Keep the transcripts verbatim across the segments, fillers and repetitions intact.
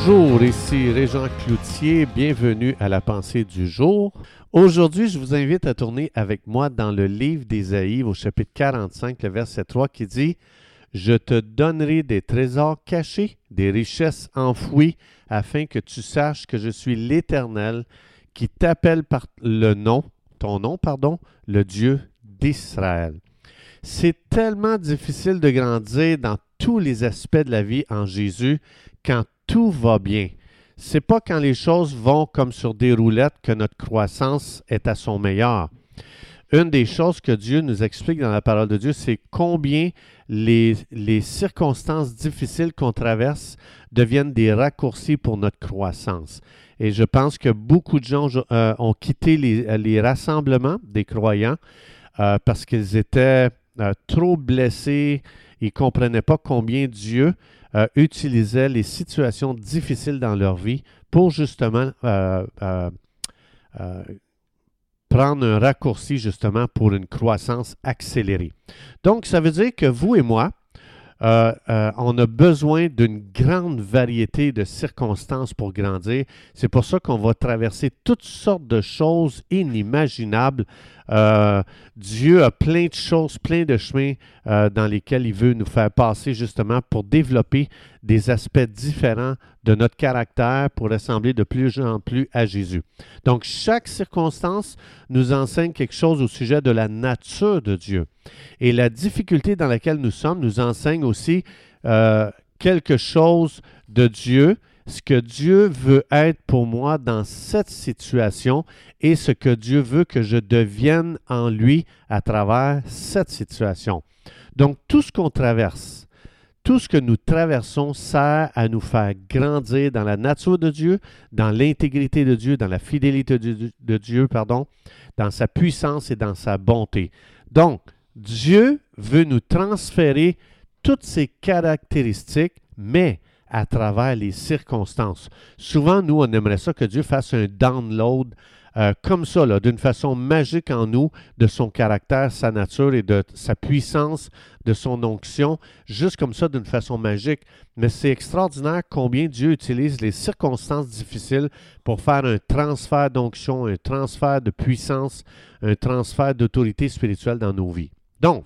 Bonjour, ici Régent Cloutier, bienvenue à la pensée du jour. Aujourd'hui, je vous invite à tourner avec moi dans le livre d'Ésaïe au chapitre quarante-cinq, le verset trois qui dit « Je te donnerai des trésors cachés, des richesses enfouies, afin que tu saches que je suis l'Éternel qui t'appelle par le nom, ton nom, pardon, le Dieu d'Israël. » C'est tellement difficile de grandir dans tous les aspects de la vie en Jésus quand tout va bien. C'est pas quand les choses vont comme sur des roulettes que notre croissance est à son meilleur. Une des choses que Dieu nous explique dans la parole de Dieu, c'est combien les, les circonstances difficiles qu'on traverse deviennent des raccourcis pour notre croissance. Et je pense que beaucoup de gens euh, ont quitté les, les rassemblements des croyants euh, parce qu'ils étaient euh, trop blessés, ils ne comprenaient pas combien Dieu euh, utilisait les situations difficiles dans leur vie pour justement euh, euh, euh, prendre un raccourci justement pour une croissance accélérée. Donc, ça veut dire que vous et moi, euh, euh, on a besoin d'une grande variété de circonstances pour grandir. C'est pour ça qu'on va traverser toutes sortes de choses inimaginables. Euh, Dieu a plein de choses, plein de chemins euh, dans lesquels il veut nous faire passer justement pour développer des aspects différents de notre caractère pour ressembler de plus en plus à Jésus. Donc, chaque circonstance nous enseigne quelque chose au sujet de la nature de Dieu. Et la difficulté dans laquelle nous sommes nous enseigne aussi euh, quelque chose de Dieu, ce que Dieu veut être pour moi dans cette situation et ce que Dieu veut que je devienne en lui à travers cette situation. Donc, tout ce qu'on traverse, tout ce que nous traversons sert à nous faire grandir dans la nature de Dieu, dans l'intégrité de Dieu, dans la fidélité de, de Dieu, pardon, dans sa puissance et dans sa bonté. Donc, Dieu veut nous transférer toutes ces caractéristiques, mais à travers les circonstances. Souvent, nous, on aimerait ça que Dieu fasse un download euh, comme ça, là, d'une façon magique en nous, de son caractère, sa nature et de sa puissance, de son onction, juste comme ça, d'une façon magique. Mais c'est extraordinaire combien Dieu utilise les circonstances difficiles pour faire un transfert d'onction, un transfert de puissance, un transfert d'autorité spirituelle dans nos vies. Donc,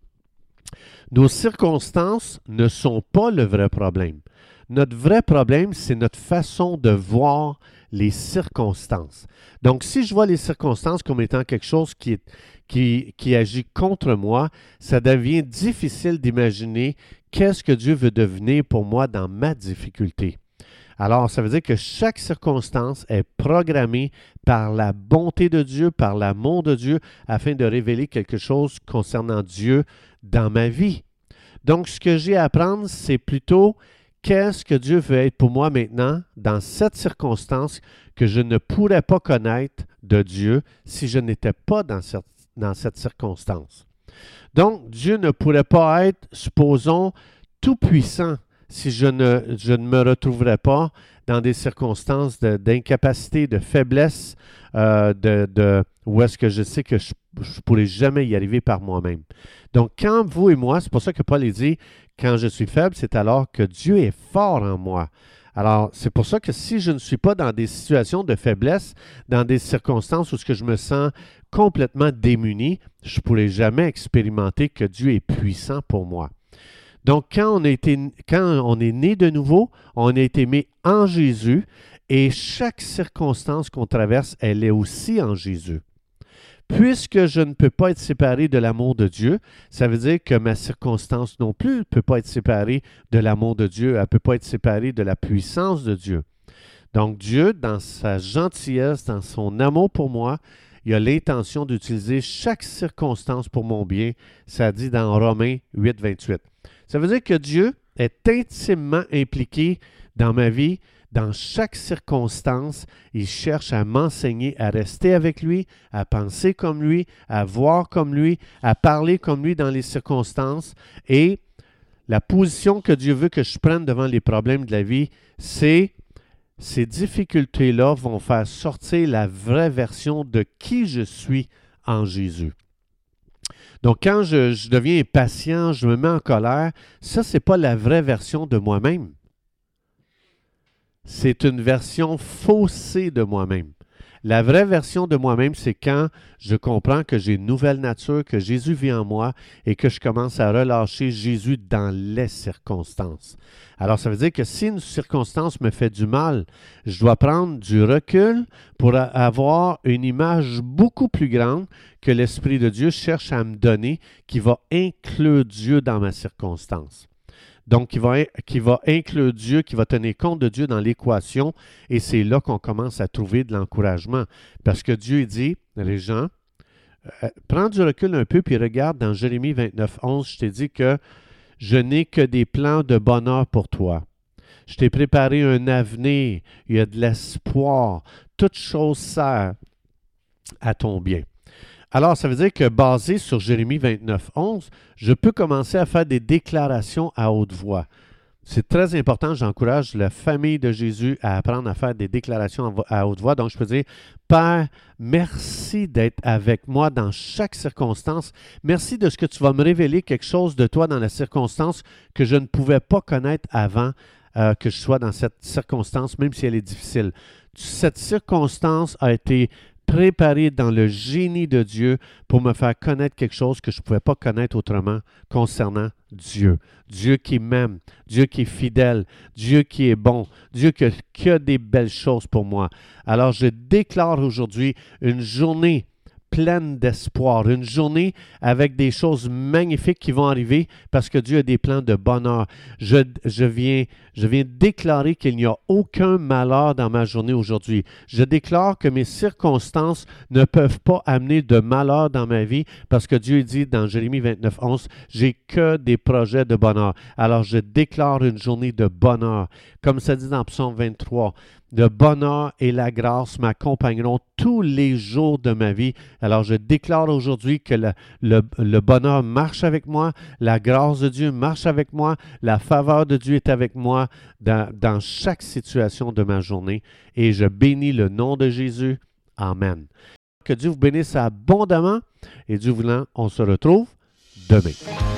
nos circonstances ne sont pas le vrai problème. Notre vrai problème, c'est notre façon de voir les circonstances. Donc, si je vois les circonstances comme étant quelque chose qui, est, qui, qui agit contre moi, ça devient difficile d'imaginer qu'est-ce que Dieu veut devenir pour moi dans ma difficulté. Alors, ça veut dire que chaque circonstance est programmée par la bonté de Dieu, par l'amour de Dieu, afin de révéler quelque chose concernant Dieu dans ma vie. Donc, ce que j'ai à apprendre, c'est plutôt qu'est-ce que Dieu veut être pour moi maintenant dans cette circonstance que je ne pourrais pas connaître de Dieu si je n'étais pas dans cette, dans cette circonstance. Donc, Dieu ne pourrait pas être, supposons, tout-puissant si je ne, je ne me retrouverais pas dans des circonstances de, d'incapacité, de faiblesse, euh, de, de, où est-ce que je sais que je ne pourrai jamais y arriver par moi-même. Donc, quand vous et moi, c'est pour ça que Paul dit, quand je suis faible, c'est alors que Dieu est fort en moi. Alors, c'est pour ça que si je ne suis pas dans des situations de faiblesse, dans des circonstances où ce que je me sens complètement démuni, je ne pourrai jamais expérimenter que Dieu est puissant pour moi. Donc, quand on, a été, quand on est né de nouveau, on a été mis en Jésus et chaque circonstance qu'on traverse, elle est aussi en Jésus. Puisque je ne peux pas être séparé de l'amour de Dieu, ça veut dire que ma circonstance non plus ne peut pas être séparée de l'amour de Dieu, elle ne peut pas être séparée de la puissance de Dieu. Donc, Dieu, dans sa gentillesse, dans son amour pour moi, il a l'intention d'utiliser chaque circonstance pour mon bien. Ça dit dans Romains huit, vingt-huit. Ça veut dire que Dieu est intimement impliqué dans ma vie, dans chaque circonstance. Il cherche à m'enseigner à rester avec lui, à penser comme lui, à voir comme lui, à parler comme lui dans les circonstances. Et la position que Dieu veut que je prenne devant les problèmes de la vie, c'est ces difficultés-là vont faire sortir la vraie version de qui je suis en Jésus. Donc, quand je, je deviens impatient, je me mets en colère, ça, ce n'est pas la vraie version de moi-même. c'est une version faussée de moi-même. La vraie version de moi-même, c'est quand je comprends que j'ai une nouvelle nature, que Jésus vit en moi et que je commence à relâcher Jésus dans les circonstances. Alors, ça veut dire que si une circonstance me fait du mal, je dois prendre du recul pour avoir une image beaucoup plus grande que l'Esprit de Dieu cherche à me donner, qui va inclure Dieu dans ma circonstance. Donc, qui va, qui va inclure Dieu, qui va tenir compte de Dieu dans l'équation, et c'est là qu'on commence à trouver de l'encouragement. Parce que Dieu il dit, les gens, euh, prends du recul un peu, puis regarde dans Jérémie vingt-neuf, onze, je t'ai dit que je n'ai que des plans de bonheur pour toi. Je t'ai préparé un avenir, il y a de l'espoir, toute chose sert à ton bien. Alors, ça veut dire que basé sur Jérémie vingt-neuf, onze, je peux commencer à faire des déclarations à haute voix. C'est très important, j'encourage la famille de Jésus à apprendre à faire des déclarations à haute voix. Donc, je peux dire, Père, merci d'être avec moi dans chaque circonstance. Merci de ce que tu vas me révéler quelque chose de toi dans la circonstance que je ne pouvais pas connaître avant euh, que je sois dans cette circonstance, même si elle est difficile. Cette circonstance a été préparé dans le génie de Dieu pour me faire connaître quelque chose que je ne pouvais pas connaître autrement concernant Dieu. Dieu qui m'aime, Dieu qui est fidèle, Dieu qui est bon, Dieu qui a, qui a des belles choses pour moi. Alors je déclare aujourd'hui une journée pleine d'espoir, une journée avec des choses magnifiques qui vont arriver parce que Dieu a des plans de bonheur. Je, je, viens, je viens déclarer qu'il n'y a aucun malheur dans ma journée aujourd'hui. Je déclare que mes circonstances ne peuvent pas amener de malheur dans ma vie parce que Dieu dit dans Jérémie vingt-neuf, onze, « J'ai que des projets de bonheur. » Alors je déclare une journée de bonheur. Comme ça dit dans Psaume vingt-trois, le bonheur et la grâce m'accompagneront tous les jours de ma vie. Alors, je déclare aujourd'hui que le, le, le bonheur marche avec moi, la grâce de Dieu marche avec moi, la faveur de Dieu est avec moi dans, dans chaque situation de ma journée. Et je bénis le nom de Jésus. Amen. Que Dieu vous bénisse abondamment et Dieu voulant, on se retrouve demain.